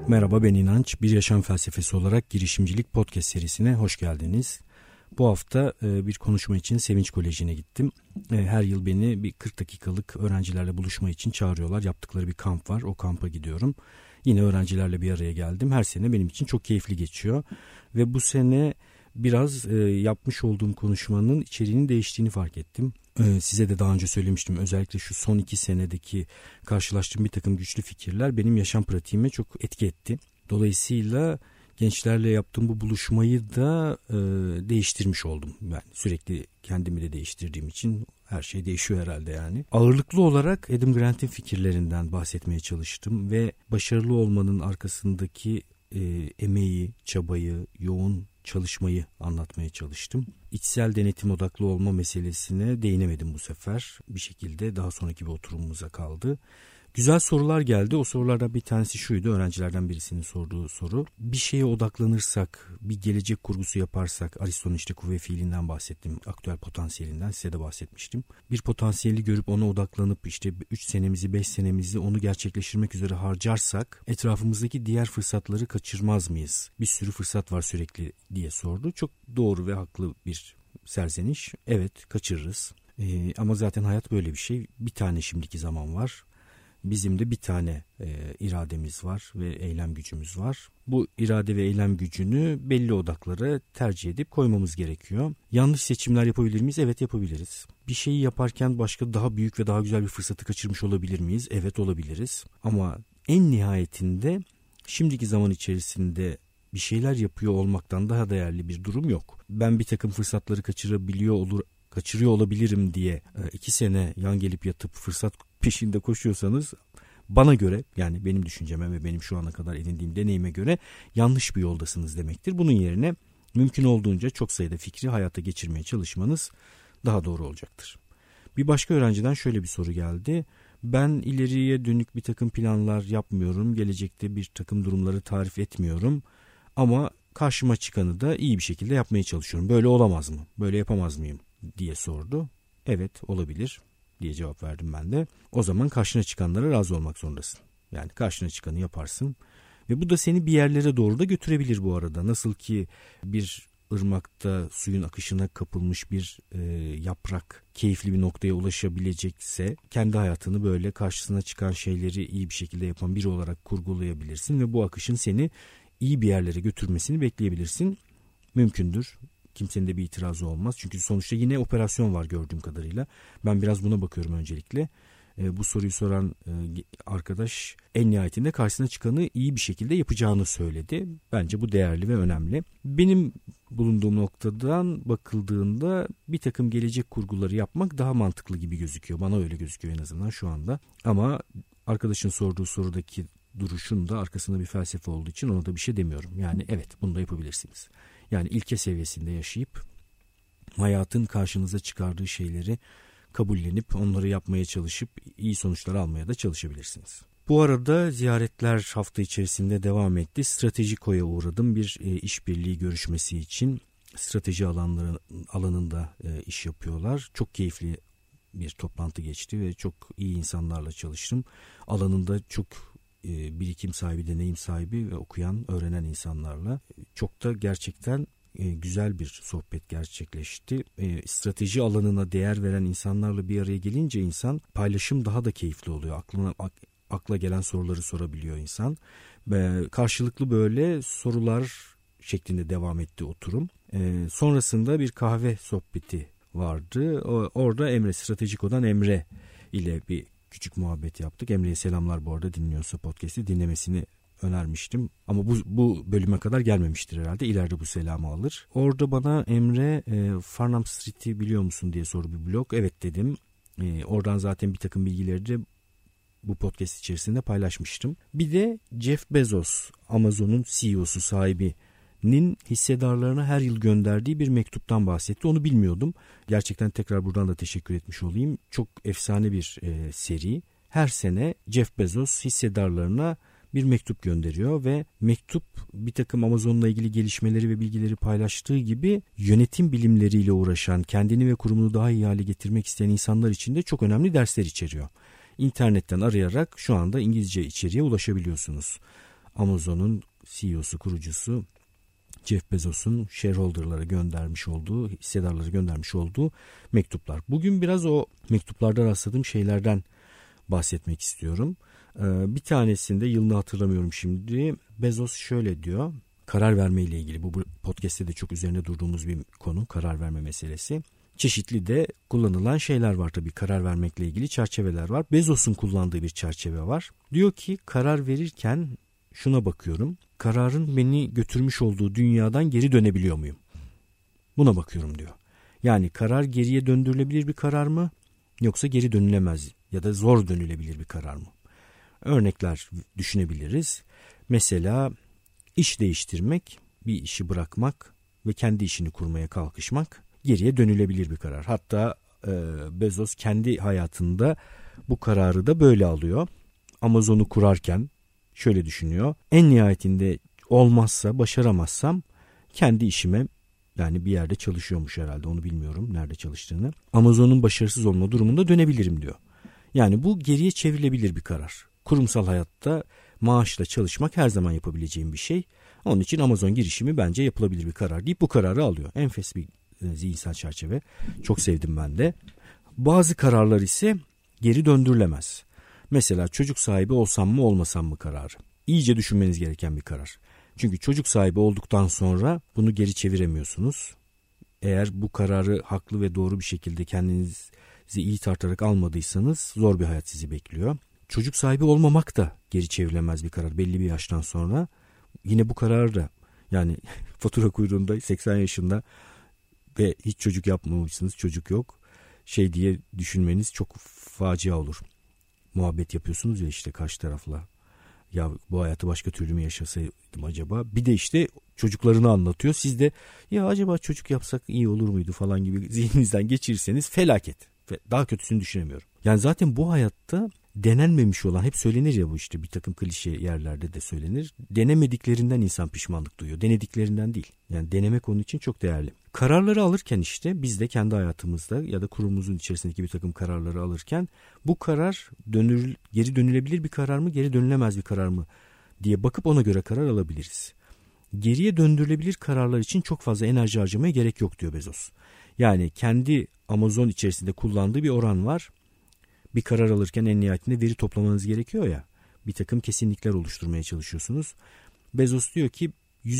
Merhaba, ben İnanç. Bir Yaşam Felsefesi olarak girişimcilik podcast serisine hoş geldiniz. Bu hafta bir konuşma için Sevinç Koleji'ne gittim. Her yıl beni bir 40 dakikalık öğrencilerle buluşma için çağırıyorlar. Yaptıkları bir kamp var, o kampa gidiyorum. Yine öğrencilerle bir araya geldim. Her sene benim için çok keyifli geçiyor. Ve bu sene biraz yapmış olduğum konuşmanın içeriğinin değiştiğini fark ettim. Size de daha önce söylemiştim. Özellikle şu son 2 senedeki karşılaştığım bir takım güçlü fikirler benim yaşam pratiğime çok etki etti. Dolayısıyla gençlerle yaptığım bu buluşmayı da değiştirmiş oldum. Yani sürekli kendimi de değiştirdiğim için her şey değişiyor herhalde yani. Ağırlıklı olarak Adam Grant'in fikirlerinden bahsetmeye çalıştım ve başarılı olmanın arkasındaki emeği, çabayı, yoğun çalışmayı anlatmaya çalıştım. İçsel denetim odaklı olma meselesine değinemedim bu sefer. Bir şekilde daha sonraki bir oturumumuza kaldı. Güzel sorular geldi. O sorulardan bir tanesi şuydu. Öğrencilerden birisinin sorduğu soru. Bir şeye odaklanırsak, bir gelecek kurgusu yaparsak, Aristo'nun işte kuvve fiilinden bahsettim. Aktüel potansiyelinden size de bahsetmiştim. Bir potansiyeli görüp ona odaklanıp işte 3 senemizi, 5 senemizi onu gerçekleştirmek üzere harcarsak etrafımızdaki diğer fırsatları kaçırmaz mıyız? Bir sürü fırsat var sürekli diye sordu. Çok doğru ve haklı bir serzeniş. Evet, kaçırırız. Ama zaten hayat böyle bir şey. Bir tane şimdiki zaman var. Bizim de bir tane irademiz var ve eylem gücümüz var. Bu irade ve eylem gücünü belli odaklara tercih edip koymamız gerekiyor. Yanlış seçimler yapabilir miyiz? Evet, yapabiliriz. Bir şeyi yaparken başka daha büyük ve daha güzel bir fırsatı kaçırmış olabilir miyiz? Evet, olabiliriz. Ama en nihayetinde şimdiki zaman içerisinde bir şeyler yapıyor olmaktan daha değerli bir durum yok. Ben bir takım fırsatları kaçırıyor olabilirim diye 2 sene yan gelip yatıp fırsat peşinde koşuyorsanız bana göre, yani benim düşünceme ve benim şu ana kadar edindiğim deneyime göre yanlış bir yoldasınız demektir. Bunun yerine mümkün olduğunca çok sayıda fikri hayata geçirmeye çalışmanız daha doğru olacaktır. Bir başka öğrenciden şöyle bir soru geldi. Ben ileriye dönük bir takım planlar yapmıyorum. Gelecekte bir takım durumları tarif etmiyorum. Ama karşıma çıkanı da iyi bir şekilde yapmaya çalışıyorum. Böyle olamaz mı? Böyle yapamaz mıyım? Diye sordu. Evet, olabilir diye cevap verdim ben de. O zaman karşına çıkanlara razı olmak zorundasın. Yani karşına çıkanı yaparsın. Ve bu da seni bir yerlere doğru da götürebilir bu arada. Nasıl ki bir ırmakta suyun akışına kapılmış bir yaprak keyifli bir noktaya ulaşabilecekse, kendi hayatını böyle karşısına çıkan şeyleri iyi bir şekilde yapan biri olarak kurgulayabilirsin ve bu akışın seni iyi bir yerlere götürmesini bekleyebilirsin. Mümkündür. Kimsenin de bir itirazı olmaz. Çünkü sonuçta yine operasyon var gördüğüm kadarıyla. Ben biraz buna bakıyorum öncelikle. Bu soruyu soran arkadaş en nihayetinde karşısına çıkanı iyi bir şekilde yapacağını söyledi. Bence bu değerli ve önemli. Benim bulunduğum noktadan bakıldığında bir takım gelecek kurguları yapmak daha mantıklı gibi gözüküyor. Bana öyle gözüküyor en azından şu anda. Ama arkadaşın sorduğu sorudaki duruşun da arkasında bir felsefe olduğu için ona da bir şey demiyorum. Yani evet, bunu da yapabilirsiniz. Yani ilke seviyesinde yaşayıp hayatın karşınıza çıkardığı şeyleri kabullenip onları yapmaya çalışıp iyi sonuçlar almaya da çalışabilirsiniz. Bu arada ziyaretler hafta içerisinde devam etti. Stratejiko'ya uğradım bir işbirliği görüşmesi için. Strateji alanında iş yapıyorlar. Çok keyifli bir toplantı geçti ve çok iyi insanlarla çalıştım. Alanında çok birikim sahibi, deneyim sahibi ve okuyan, öğrenen insanlarla çok da gerçekten güzel bir sohbet gerçekleşti. Strateji alanına değer veren insanlarla bir araya gelince insan paylaşım daha da keyifli oluyor. Akla gelen soruları sorabiliyor insan. Karşılıklı böyle sorular şeklinde devam etti oturum. Sonrasında bir kahve sohbeti vardı. Orada Emre, Stratejiko'dan Emre ile bir küçük muhabbet yaptık. Emre'ye selamlar bu arada, dinliyorsa podcast'i dinlemesini önermiştim. Ama bu bölüme kadar gelmemiştir herhalde. İleride bu selamı alır. Orada bana Emre Farnham Street'i biliyor musun diye sordu, bir blog. Evet dedim. Oradan zaten bir takım bilgileri de bu podcast içerisinde paylaşmıştım. Bir de Jeff Bezos, Amazon'un CEO'su, sahibinin hissedarlarına her yıl gönderdiği bir mektuptan bahsetti. Onu bilmiyordum. Gerçekten tekrar buradan da teşekkür etmiş olayım. Çok efsane bir seri. Her sene Jeff Bezos hissedarlarına bir mektup gönderiyor ve mektup bir takım Amazon'la ilgili gelişmeleri ve bilgileri paylaştığı gibi yönetim bilimleriyle uğraşan, kendini ve kurumunu daha iyi hale getirmek isteyen insanlar için de çok önemli dersler içeriyor. İnternetten arayarak şu anda İngilizce içeriğe ulaşabiliyorsunuz. Amazon'un CEO'su, kurucusu Jeff Bezos'un shareholder'lara göndermiş olduğu, hissedarlara göndermiş olduğu mektuplar. Bugün biraz o mektuplarda rastladığım şeylerden bahsetmek istiyorum. Bir tanesinde, yılını hatırlamıyorum şimdi, Bezos şöyle diyor. Karar verme ile ilgili, bu podcast'te de çok üzerine durduğumuz bir konu, karar verme meselesi. Çeşitli de kullanılan şeyler var tabii, karar vermekle ilgili çerçeveler var. Bezos'un kullandığı bir çerçeve var. Diyor ki karar verirken şuna bakıyorum. Kararın beni götürmüş olduğu dünyadan geri dönebiliyor muyum? Buna bakıyorum diyor. Yani karar geriye döndürülebilir bir karar mı? Yoksa geri dönülemez ya da zor dönülebilir bir karar mı? Örnekler düşünebiliriz. Mesela iş değiştirmek, bir işi bırakmak ve kendi işini kurmaya kalkışmak geriye dönülebilir bir karar. Hatta Bezos kendi hayatında bu kararı da böyle alıyor. Amazon'u kurarken şöyle düşünüyor. En nihayetinde olmazsa, başaramazsam kendi işime, yani bir yerde çalışıyormuş herhalde, onu bilmiyorum nerede çalıştığını, Amazon'un başarısız olma durumunda dönebilirim diyor. Yani bu geriye çevrilebilir bir karar. Kurumsal hayatta maaşla çalışmak her zaman yapabileceğim bir şey. Onun için Amazon girişimi bence yapılabilir bir karar deyip bu kararı alıyor. Enfes bir zihinsel çerçeve. Çok sevdim ben de. Bazı kararlar ise geri döndürülemez. Mesela çocuk sahibi olsam mı olmasam mı kararı. İyice düşünmeniz gereken bir karar. Çünkü çocuk sahibi olduktan sonra bunu geri çeviremiyorsunuz. Eğer bu kararı haklı ve doğru bir şekilde kendinizi iyi tartarak almadıysanız zor bir hayat sizi bekliyor. Çocuk sahibi olmamak da geri çevrilemez bir karar belli bir yaştan sonra. Yine bu karar da, yani fatura kuyruğunda 80 yaşında ve hiç çocuk yapmamışsınız, çocuk yok diye düşünmeniz çok facia olur. Muhabbet yapıyorsunuz ya işte karşı tarafla. Ya bu hayatı başka türlü mü yaşasaydım acaba? Bir de işte çocuklarını anlatıyor. Siz de ya acaba çocuk yapsak iyi olur muydu falan gibi zihninizden geçirirseniz felaket. Daha kötüsünü düşünemiyorum. Yani zaten bu hayatta denenmemiş olan, hep söylenir ya bu, işte bir takım klişe yerlerde de söylenir. Denemediklerinden insan pişmanlık duyuyor. Denediklerinden değil. Yani denemek onun için çok değerli. Kararları alırken işte biz de kendi hayatımızda ya da kurumumuzun içerisindeki bir takım kararları alırken bu karar geri dönülebilir bir karar mı, geri dönülemez bir karar mı diye bakıp ona göre karar alabiliriz. Geriye döndürülebilir kararlar için çok fazla enerji harcamaya gerek yok diyor Bezos. Yani kendi Amazon içerisinde kullandığı bir oran var. Bir karar alırken en nihayetinde veri toplamanız gerekiyor ya. Bir takım kesinlikler oluşturmaya çalışıyorsunuz. Bezos diyor ki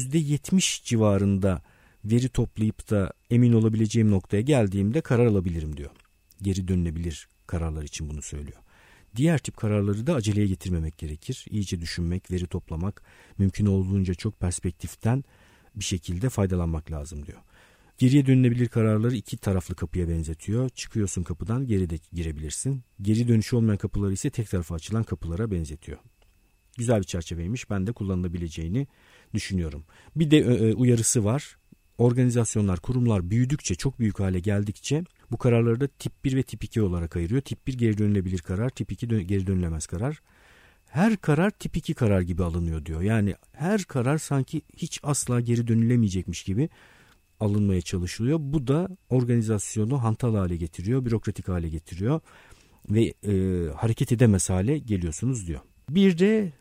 %70 civarında veri toplayıp da emin olabileceğim noktaya geldiğimde karar alabilirim diyor. Geri dönülebilir kararlar için bunu söylüyor. Diğer tip kararları da aceleye getirmemek gerekir. İyice düşünmek, veri toplamak, mümkün olduğunca çok perspektiften bir şekilde faydalanmak lazım diyor. Geriye dönülebilir kararları iki taraflı kapıya benzetiyor. Çıkıyorsun kapıdan, geri de girebilirsin. Geri dönüşü olmayan kapıları ise tek tarafa açılan kapılara benzetiyor. Güzel bir çerçeveymiş. Ben de kullanılabileceğini düşünüyorum. Bir de uyarısı var. Organizasyonlar, kurumlar büyüdükçe, çok büyük hale geldikçe bu kararları da tip 1 ve tip 2 olarak ayırıyor. Tip 1 geri dönülebilir karar, tip 2 geri dönülemez karar. Her karar tip 2 karar gibi alınıyor diyor. Yani her karar sanki hiç asla geri dönülemeyecekmiş gibi alınmaya çalışılıyor. Bu da organizasyonu hantal hale getiriyor, bürokratik hale getiriyor ve hareket edemez hale geliyorsunuz diyor. Bir de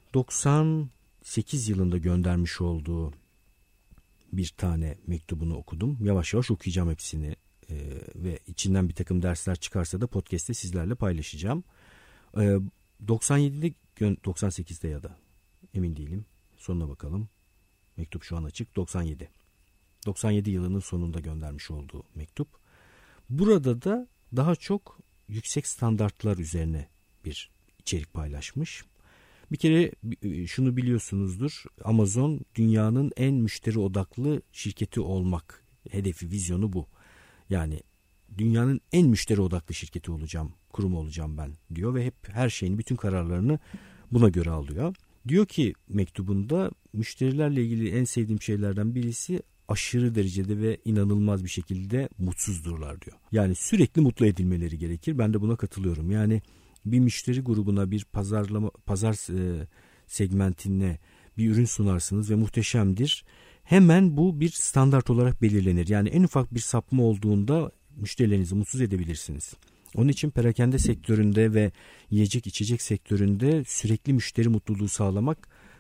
98 yılında göndermiş olduğu bir tane mektubunu okudum. Yavaş yavaş okuyacağım hepsini ve içinden bir takım dersler çıkarsa da podcast'te sizlerle paylaşacağım. 97'de 98'de ya da emin değilim. Sonuna bakalım. Mektup şu an açık. 97 yılının sonunda göndermiş olduğu mektup. Burada da daha çok yüksek standartlar üzerine bir içerik paylaşmış. Bir kere şunu biliyorsunuzdur. Amazon dünyanın en müşteri odaklı şirketi olmak hedefi, vizyonu bu. Yani dünyanın en müşteri odaklı şirketi olacağım, kurumu olacağım ben diyor ve hep her şeyini, bütün kararlarını buna göre alıyor. Diyor ki mektubunda, müşterilerle ilgili en sevdiğim şeylerden birisi aşırı derecede ve inanılmaz bir şekilde mutsuzdurlar diyor. Yani sürekli mutlu edilmeleri gerekir. Ben de buna katılıyorum. Yani bir müşteri grubuna, bir pazar segmentine bir ürün sunarsınız ve muhteşemdir. Hemen bu bir standart olarak belirlenir. Yani en ufak bir sapma olduğunda müşterilerinizi mutsuz edebilirsiniz. Onun için perakende sektöründe ve yiyecek içecek sektöründe sürekli müşteri mutluluğu sağlamak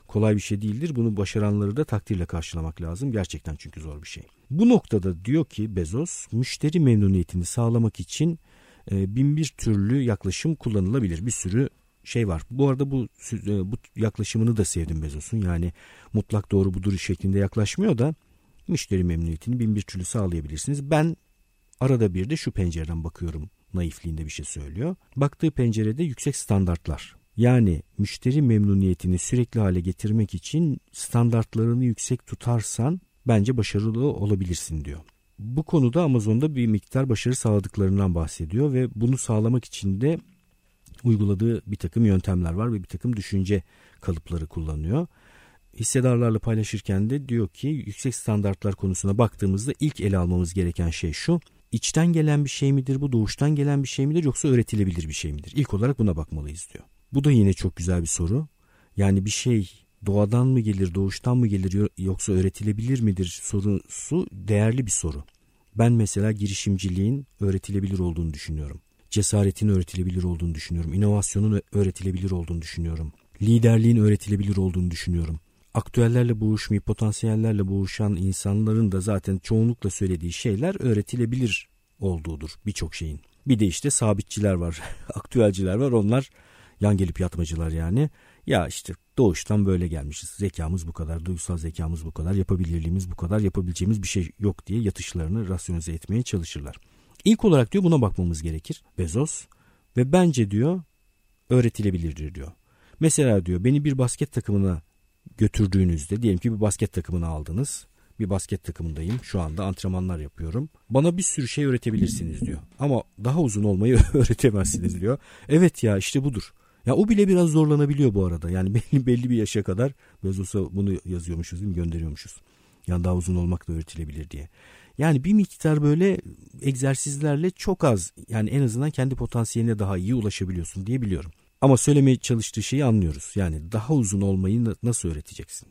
kolay bir şey değildir. Bunu başaranları da takdirle karşılamak lazım. Gerçekten çünkü zor bir şey. Bu noktada diyor ki Bezos, müşteri memnuniyetini sağlamak için bin bir türlü yaklaşım kullanılabilir. Bir sürü şey var. Bu arada bu yaklaşımını da sevdim Bezos'un. Yani mutlak doğru budur şeklinde yaklaşmıyor da müşteri memnuniyetini bin bir türlü sağlayabilirsiniz. Ben arada bir de şu pencereden bakıyorum naifliğinde bir şey söylüyor. Baktığı pencerede yüksek standartlar. Yani müşteri memnuniyetini sürekli hale getirmek için standartlarını yüksek tutarsan bence başarılı olabilirsin diyor. Bu konuda Amazon'da bir miktar başarı sağladıklarından bahsediyor ve bunu sağlamak için de uyguladığı bir takım yöntemler var ve bir takım düşünce kalıpları kullanıyor. Hissedarlarla paylaşırken de diyor ki yüksek standartlar konusuna baktığımızda ilk ele almamız gereken şey şu: İçten gelen bir şey midir bu, doğuştan gelen bir şey midir yoksa öğretilebilir bir şey midir? İlk olarak buna bakmalıyız diyor. Bu da yine çok güzel bir soru. Yani bir şey doğadan mı gelir, doğuştan mı gelir yoksa öğretilebilir midir sorusu değerli bir soru. Ben mesela girişimciliğin öğretilebilir olduğunu düşünüyorum. Cesaretin öğretilebilir olduğunu düşünüyorum. İnovasyonun öğretilebilir olduğunu düşünüyorum. Liderliğin öğretilebilir olduğunu düşünüyorum. Aktüellerle boğuşmayıp potansiyellerle boğuşan insanların da zaten çoğunlukla söylediği şeyler öğretilebilir olduğudur birçok şeyin. Bir de işte sabitçiler var, aktüelciler var. Onlar yan gelip yatmacılar yani. Ya işte doğuştan böyle gelmişiz. Zekamız bu kadar, duygusal zekamız bu kadar, yapabilirliğimiz bu kadar, yapabileceğimiz bir şey yok diye yatışlarını rasyonize etmeye çalışırlar. İlk olarak diyor buna bakmamız gerekir Bezos ve bence diyor öğretilebilirdir diyor. Mesela diyor beni bir basket takımına götürdüğünüzde, diyelim ki bir basket takımını aldınız. Bir basket takımındayım. Şu anda antrenmanlar yapıyorum. Bana bir sürü şey öğretebilirsiniz diyor. Ama daha uzun olmayı öğretemezsiniz diyor. Evet ya işte budur. Ya o bile biraz zorlanabiliyor bu arada. Yani belli bir yaşa kadar Bezos'a bunu yazıyormuşuz değil mi? Gönderiyormuşuz. Yani daha uzun olmak da öğretilebilir diye. Yani bir miktar böyle egzersizlerle çok az, yani en azından kendi potansiyeline daha iyi ulaşabiliyorsun diye biliyorum. Ama söylemeye çalıştığı şeyi anlıyoruz. Yani daha uzun olmayı nasıl öğreteceksin?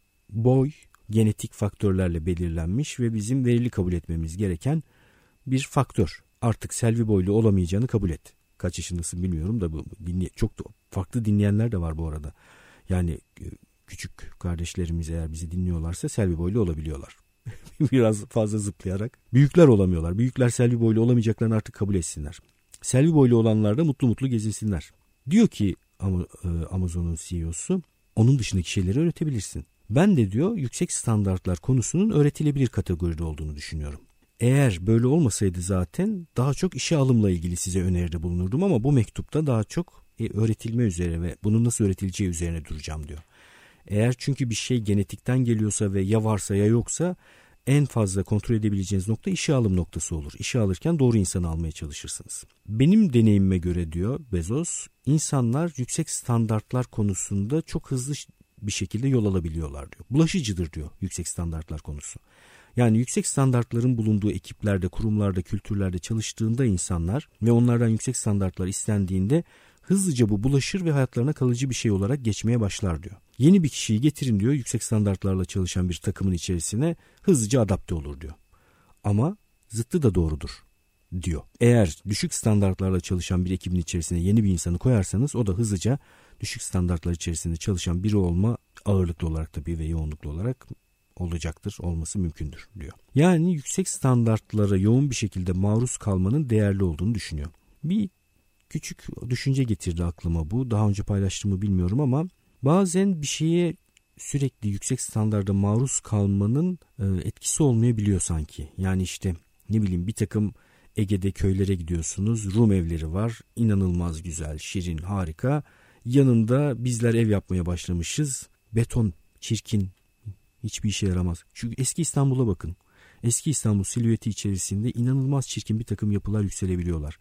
Boy genetik faktörlerle belirlenmiş ve bizim verili kabul etmemiz gereken bir faktör. Artık Selvi boylu olamayacağını kabul et. Kaç yaşındasın bilmiyorum da çok da farklı dinleyenler de var bu arada. Yani küçük kardeşlerimiz eğer bizi dinliyorlarsa Selvi boylu olabiliyorlar. Biraz fazla zıplayarak. Büyükler olamıyorlar. Büyükler Selvi boylu olamayacaklarını artık kabul etsinler. Selvi boylu olanlar da mutlu mutlu gezinsinler. Diyor ki Amazon'un CEO'su, onun dışındaki şeyleri öğretebilirsin. Ben de diyor yüksek standartlar konusunun öğretilebilir kategoride olduğunu düşünüyorum. Eğer böyle olmasaydı zaten daha çok işe alımla ilgili size öneride bulunurdum ama bu mektupta daha çok öğretilme üzere ve bunun nasıl öğretileceği üzerine duracağım diyor. Eğer çünkü bir şey genetikten geliyorsa ve ya varsa ya yoksa en fazla kontrol edebileceğiniz nokta işe alım noktası olur. İşe alırken doğru insanı almaya çalışırsınız. Benim deneyimime göre diyor Bezos, insanlar yüksek standartlar konusunda çok hızlı bir şekilde yol alabiliyorlar diyor. Bulaşıcıdır diyor yüksek standartlar konusu. Yani yüksek standartların bulunduğu ekiplerde, kurumlarda, kültürlerde çalıştığında insanlar ve onlardan yüksek standartlar istendiğinde hızlıca bu bulaşır ve hayatlarına kalıcı bir şey olarak geçmeye başlar diyor. Yeni bir kişiyi getirin diyor, yüksek standartlarla çalışan bir takımın içerisine hızlıca adapte olur diyor. Ama zıttı da doğrudur diyor. Eğer düşük standartlarla çalışan bir ekibin içerisine yeni bir insanı koyarsanız o da hızlıca düşük standartlar içerisinde çalışan biri olma ağırlıklı olarak tabii ve yoğunluklu olarak olacaktır, olması mümkündür diyor. Yani yüksek standartlara yoğun bir şekilde maruz kalmanın değerli olduğunu düşünüyor. Bir küçük düşünce getirdi aklıma bu. Daha önce paylaştığımı bilmiyorum ama bazen bir şeye sürekli yüksek standarda maruz kalmanın etkisi olmayabiliyor sanki. Yani işte ne bileyim bir takım Ege'de köylere gidiyorsunuz. Rum evleri var. İnanılmaz güzel, şirin, harika. Yanında bizler ev yapmaya başlamışız. Beton, çirkin, hiçbir işe yaramaz. Çünkü eski İstanbul'a bakın. Eski İstanbul silüeti içerisinde inanılmaz çirkin bir takım yapılar yükselebiliyorlar.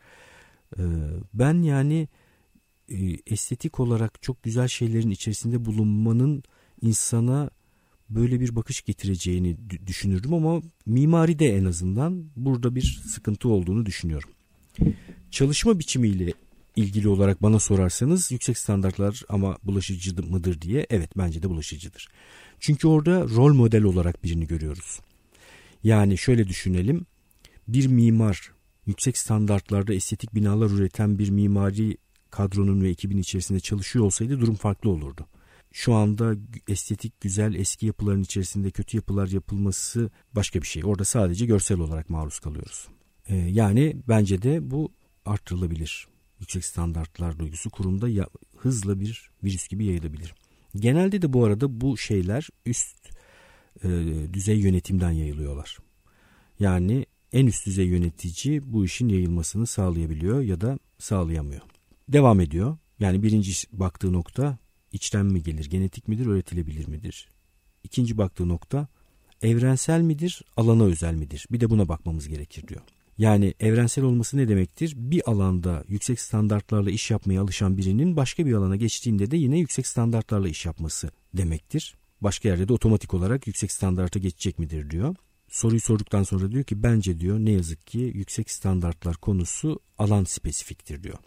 Ben yani estetik olarak çok güzel şeylerin içerisinde bulunmanın insana böyle bir bakış getireceğini düşünürdüm ama mimaride en azından burada bir sıkıntı olduğunu düşünüyorum. Çalışma biçimiyle ilgili olarak bana sorarsanız yüksek standartlar ama bulaşıcı mıdır diye, evet bence de bulaşıcıdır. Çünkü orada rol model olarak birini görüyoruz. Yani şöyle düşünelim, bir mimar yüksek standartlarda estetik binalar üreten bir mimari kadronun ve ekibin içerisinde çalışıyor olsaydı durum farklı olurdu. şu anda estetik, güzel, eski yapıların içerisinde kötü yapılar yapılması başka bir şey. Orada sadece görsel olarak maruz kalıyoruz. Yani bence de bu arttırılabilir. Yüksek standartlar duygusu kurumda hızla bir virüs gibi yayılabilir. Genelde de bu arada bu şeyler üst düzey yönetimden yayılıyorlar. Yani en üst düzey yönetici bu işin yayılmasını sağlayabiliyor ya da sağlayamıyor. Devam ediyor. Yani birinci baktığı nokta içten mi gelir, genetik midir, öğretilebilir midir? İkinci baktığı nokta evrensel midir, alana özel midir? Bir de buna bakmamız gerekir diyor. Yani evrensel olması ne demektir? Bir alanda yüksek standartlarla iş yapmaya alışan birinin başka bir alana geçtiğinde de yine yüksek standartlarla iş yapması demektir. Başka yerde de otomatik olarak yüksek standarta geçecek midir diyor. Soruyu sorduktan sonra diyor ki bence diyor ne yazık ki yüksek standartlar konusu alan spesifiktir diyor.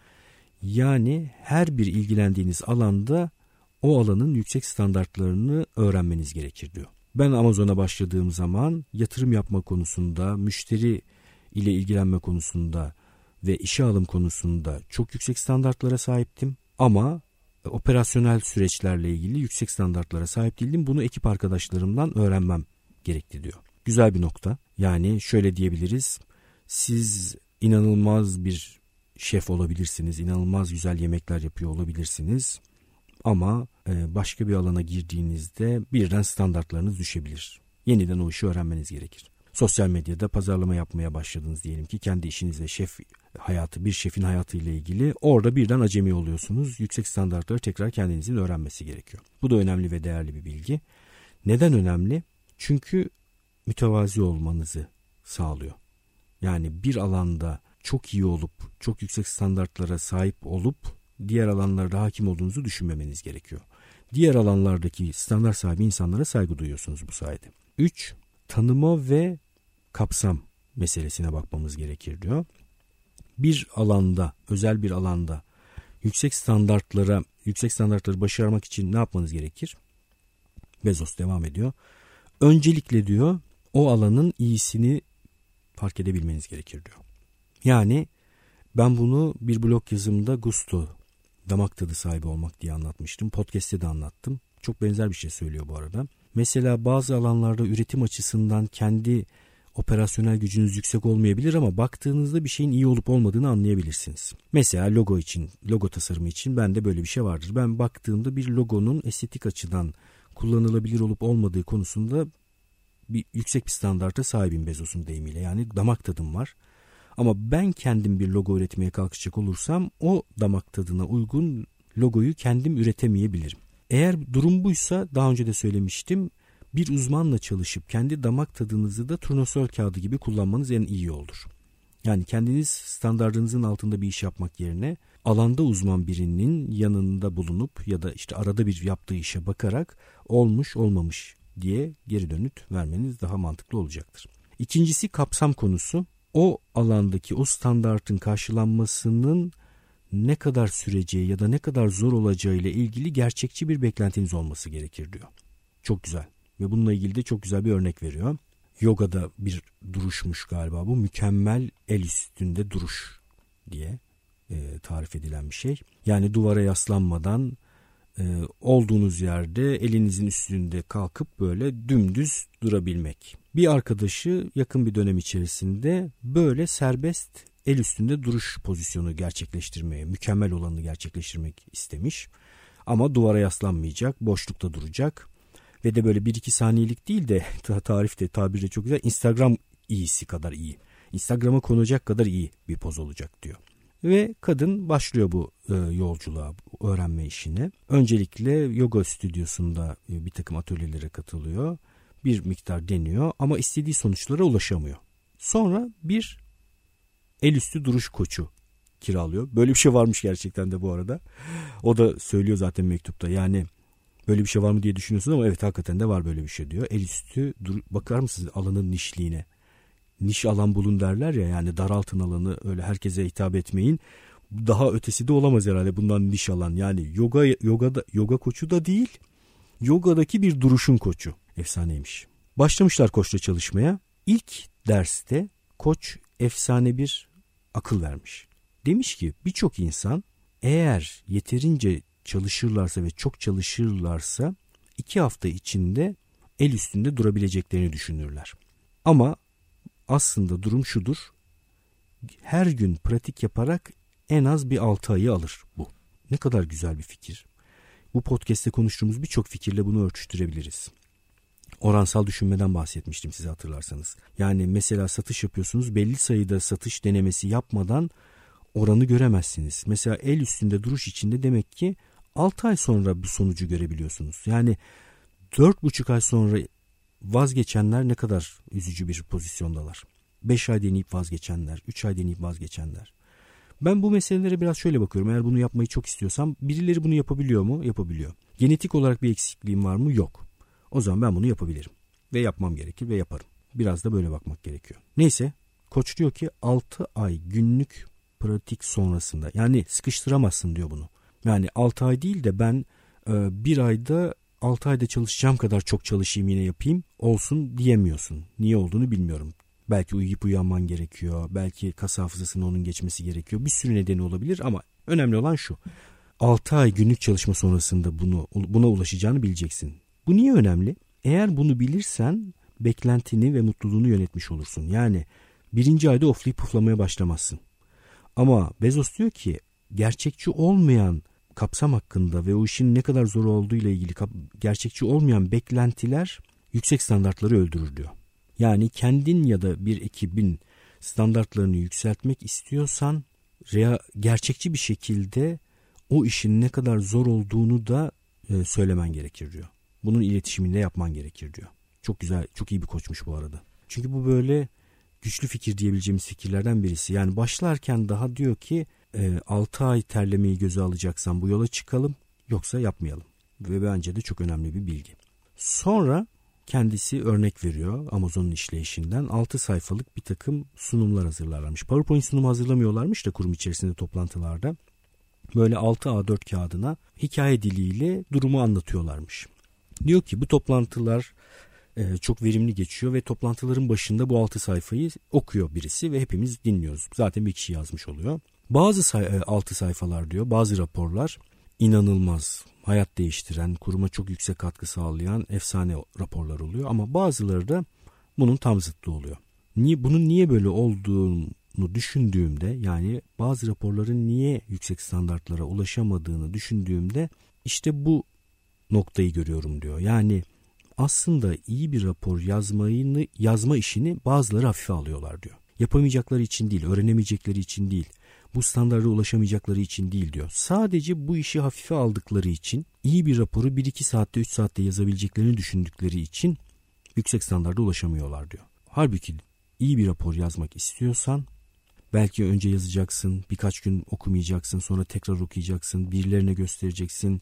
Yani her bir ilgilendiğiniz alanda o alanın yüksek standartlarını öğrenmeniz gerekir diyor. Ben Amazon'a başladığım zaman yatırım yapma konusunda, müşteri ile ilgilenme konusunda ve işe alım konusunda çok yüksek standartlara sahiptim. Ama operasyonel süreçlerle ilgili yüksek standartlara sahip değildim. Bunu ekip arkadaşlarımdan öğrenmem gerekti diyor. Güzel bir nokta. Yani şöyle diyebiliriz. Siz inanılmaz bir şef olabilirsiniz. İnanılmaz güzel yemekler yapıyor olabilirsiniz. Ama başka bir alana girdiğinizde birden standartlarınız düşebilir. Yeniden o işi öğrenmeniz gerekir. Sosyal medyada pazarlama yapmaya başladınız diyelim ki kendi işinizle bir şefin hayatıyla ilgili orada birden acemi oluyorsunuz. Yüksek standartları tekrar kendinizin öğrenmesi gerekiyor. Bu da önemli ve değerli bir bilgi. Neden önemli? Çünkü mütevazi olmanızı sağlıyor. Yani bir alanda çok iyi olup çok yüksek standartlara sahip olup diğer alanlarda hakim olduğunuzu düşünmemeniz gerekiyor. Diğer alanlardaki standart sahibi insanlara saygı duyuyorsunuz bu sayede. 3. Tanıma ve kapsam meselesine bakmamız gerekir diyor. Bir alanda, özel bir alanda yüksek standartları başarmak için ne yapmanız gerekir? Bezos devam ediyor. Öncelikle diyor o alanın iyisini fark edebilmeniz gerekir diyor. Yani ben bunu bir blog yazımda gusto, damak tadı sahibi olmak diye anlatmıştım. Podcast'te de anlattım. Çok benzer bir şey söylüyor bu arada. Mesela bazı alanlarda üretim açısından kendi operasyonel gücünüz yüksek olmayabilir ama baktığınızda bir şeyin iyi olup olmadığını anlayabilirsiniz. Mesela logo tasarımı için bende böyle bir şey vardır. Ben baktığımda bir logonun estetik açıdan kullanılabilir olup olmadığı konusunda yüksek bir standarta sahibim Bezos'un deyimiyle. Yani damak tadım var. Ama ben kendim bir logo üretmeye kalkacak olursam o damak tadına uygun logoyu kendim üretemeyebilirim. Eğer durum buysa daha önce de söylemiştim. Bir uzmanla çalışıp kendi damak tadınızı da turnusol kağıdı gibi kullanmanız en iyi olur. Yani kendiniz standardınızın altında bir iş yapmak yerine alanda uzman birinin yanında bulunup ya da işte arada bir yaptığı işe bakarak olmuş olmamış diye geri dönüt vermeniz daha mantıklı olacaktır. İkincisi kapsam konusu. O alandaki o standartın karşılanmasının ne kadar süreceği ya da ne kadar zor olacağı ile ilgili gerçekçi bir beklentiniz olması gerekir diyor. Çok güzel. Ve bununla ilgili de çok güzel bir örnek veriyor. Yogada bir duruşmuş galiba bu. Mükemmel el üstünde duruş diye tarif edilen bir şey. Yani duvara yaslanmadan olduğunuz yerde elinizin üstünde kalkıp böyle dümdüz durabilmek. Bir arkadaşı yakın bir dönem içerisinde böyle serbest el üstünde duruş pozisyonu gerçekleştirmeye, mükemmel olanını gerçekleştirmek istemiş. Ama duvara yaslanmayacak, boşlukta duracak. Ve de böyle 1-2 saniyelik değil de tarifte tabirde çok güzel Instagram iyisi kadar iyi. Instagram'a konacak kadar iyi bir poz olacak diyor. Ve kadın başlıyor bu yolculuğa, öğrenme işine. Öncelikle yoga stüdyosunda bir takım atölyelere katılıyor. Bir miktar deniyor ama istediği sonuçlara ulaşamıyor. Sonra bir el üstü duruş koçu kiralıyor. Böyle bir şey varmış gerçekten de bu arada. O da söylüyor zaten mektupta. Yani böyle bir şey var mı diye düşünüyorsun ama evet hakikaten de var böyle bir şey diyor. El üstü bakar mısınız alanın nişliğine? Niş alan bulun derler ya, yani daraltın alanı, öyle herkese hitap etmeyin. Daha ötesi de olamaz herhalde bundan niş alan. Yani yoga koçu da değil. Yogadaki bir duruşun koçu. Efsaneymiş. Başlamışlar koçla çalışmaya. İlk derste koç efsane bir akıl vermiş. Demiş ki birçok insan eğer yeterince çalışırlarsa ve çok çalışırlarsa 2 hafta içinde el üstünde durabileceklerini düşünürler. Ama aslında durum şudur. Her gün pratik yaparak en az bir 6 ayı alır bu. Ne kadar güzel bir fikir. Bu podcast'te konuştuğumuz birçok fikirle bunu örtüştürebiliriz. Oransal düşünmeden bahsetmiştim size hatırlarsanız. Yani mesela satış yapıyorsunuz, belli sayıda satış denemesi yapmadan oranı göremezsiniz. Mesela el üstünde duruş içinde demek ki 6 ay sonra bu sonucu görebiliyorsunuz. Yani 4,5 ay sonra vazgeçenler ne kadar üzücü bir pozisyondalar. 5 ay deneyip vazgeçenler, 3 ay deneyip vazgeçenler. Ben bu meselelere biraz şöyle bakıyorum. Eğer bunu yapmayı çok istiyorsam birileri bunu yapabiliyor mu? Yapabiliyor. Genetik olarak bir eksikliğim var mı? Yok. O zaman ben bunu yapabilirim. Ve yapmam gerekir ve yaparım. Biraz da böyle bakmak gerekiyor. Neyse, koç diyor ki 6 ay günlük pratik sonrasında, yani sıkıştıramazsın diyor bunu. Yani 6 ay değil de ben bir ayda 6 ayda çalışacağım kadar çok çalışayım yine yapayım olsun diyemiyorsun. Niye olduğunu bilmiyorum. Belki uyuyup uyanman gerekiyor. Belki kas hafızasının onun geçmesi gerekiyor. Bir sürü nedeni olabilir ama önemli olan şu. 6 ay günlük çalışma sonrasında buna ulaşacağını bileceksin. Bu niye önemli? Eğer bunu bilirsen beklentini ve mutluluğunu yönetmiş olursun. Yani 1. ayda oflayıp puflamaya başlamazsın. Ama Bezos diyor ki gerçekçi olmayan kapsam hakkında ve o işin ne kadar zor olduğu ile ilgili gerçekçi olmayan beklentiler yüksek standartları öldürür diyor. Yani kendin ya da bir ekibin standartlarını yükseltmek istiyorsan gerçekçi bir şekilde o işin ne kadar zor olduğunu da söylemen gerekir diyor. Bunun iletişimini de yapman gerekir diyor. Çok güzel, çok iyi bir koçmuş bu arada. Çünkü bu böyle güçlü fikir diyebileceğimiz fikirlerden birisi. Yani başlarken daha diyor ki 6 ay terlemeyi göze alacaksan bu yola çıkalım, yoksa yapmayalım. Ve bence de çok önemli bir bilgi. Sonra kendisi örnek veriyor Amazon'un işleyişinden. 6 sayfalık bir takım sunumlar hazırlarlarmış. PowerPoint sunumu hazırlamıyorlarmış da kurum içerisinde toplantılarda. Böyle 6 A4 kağıdına hikaye diliyle durumu anlatıyorlarmış. Diyor ki bu toplantılar çok verimli geçiyor ve toplantıların başında bu 6 sayfayı okuyor birisi ve hepimiz dinliyoruz. Zaten bir kişi yazmış oluyor. Bazı 6 sayfalar diyor, bazı raporlar inanılmaz, hayat değiştiren, kuruma çok yüksek katkı sağlayan efsane raporlar oluyor. Ama bazıları da bunun tam zıttı oluyor. Bunun niye böyle olduğunu düşündüğümde, yani bazı raporların niye yüksek standartlara ulaşamadığını düşündüğümde işte bu noktayı görüyorum diyor. Yani aslında iyi bir rapor yazma işini bazıları hafife alıyorlar diyor. Yapamayacakları için değil, öğrenemeyecekleri için değil, bu standarda ulaşamayacakları için değil diyor. Sadece bu işi hafife aldıkları için, iyi bir raporu 1-2 saatte 3 saatte yazabileceklerini düşündükleri için yüksek standarda ulaşamıyorlar diyor. Halbuki iyi bir rapor yazmak istiyorsan belki önce yazacaksın, birkaç gün okumayacaksın, sonra tekrar okuyacaksın, birilerine göstereceksin.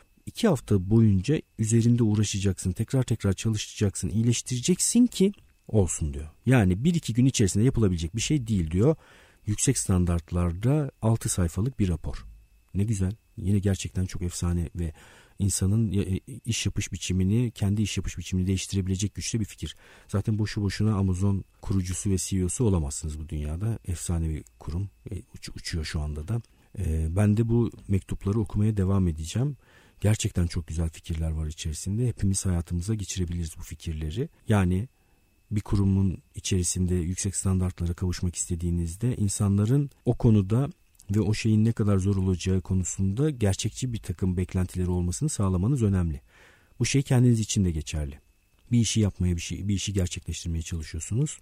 2 hafta boyunca üzerinde uğraşacaksın, tekrar çalışacaksın, iyileştireceksin ki olsun diyor. Yani 1-2 gün içerisinde yapılabilecek bir şey değil diyor. Yüksek standartlarda 6 sayfalık bir rapor. Ne güzel. Yine gerçekten çok efsane ve insanın iş yapış biçimini, kendi iş yapış biçimini değiştirebilecek güçlü bir fikir. Zaten boşu boşuna Amazon kurucusu ve CEO'su olamazsınız bu dünyada. Efsane bir kurum. Uçuyor şu anda da. Ben de bu mektupları okumaya devam edeceğim. Gerçekten çok güzel fikirler var içerisinde. Hepimiz hayatımıza geçirebiliriz bu fikirleri. Yani bir kurumun içerisinde yüksek standartlara kavuşmak istediğinizde insanların o konuda ve o şeyin ne kadar zor olacağı konusunda gerçekçi bir takım beklentileri olmasını sağlamanız önemli. Bu şey kendiniz için de geçerli. Bir işi yapmaya, bir işi gerçekleştirmeye çalışıyorsunuz.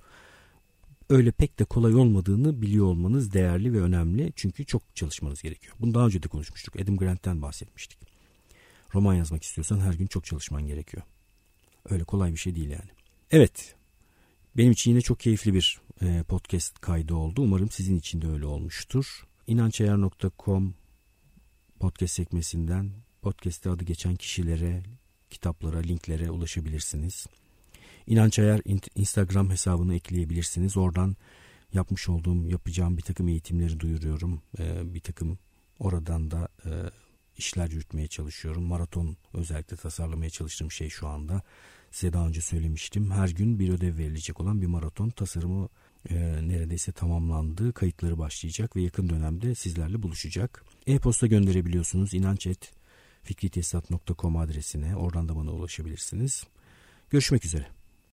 Öyle pek de kolay olmadığını biliyor olmanız değerli ve önemli. Çünkü çok çalışmanız gerekiyor. Bunu daha önce de konuşmuştuk. Adam Grant'ten bahsetmiştik. Roman yazmak istiyorsan her gün çok çalışman gerekiyor. Öyle kolay bir şey değil yani. Evet. Benim için yine çok keyifli bir podcast kaydı oldu. Umarım sizin için de öyle olmuştur. inançayar.com podcast sekmesinden podcast'te adı geçen kişilere, kitaplara, linklere ulaşabilirsiniz. İnanç Ayar Instagram hesabını ekleyebilirsiniz. Oradan yapacağım bir takım eğitimleri duyuruyorum. Bir takım oradan da işler yürütmeye çalışıyorum. Maraton özellikle tasarlamaya çalıştığım şey şu anda. Size daha önce söylemiştim. Her gün bir ödev verilecek olan bir maraton tasarımı neredeyse tamamlandı. Kayıtları başlayacak ve yakın dönemde sizlerle buluşacak. E-posta gönderebiliyorsunuz. fikritesisat.com adresine, oradan da bana ulaşabilirsiniz. Görüşmek üzere.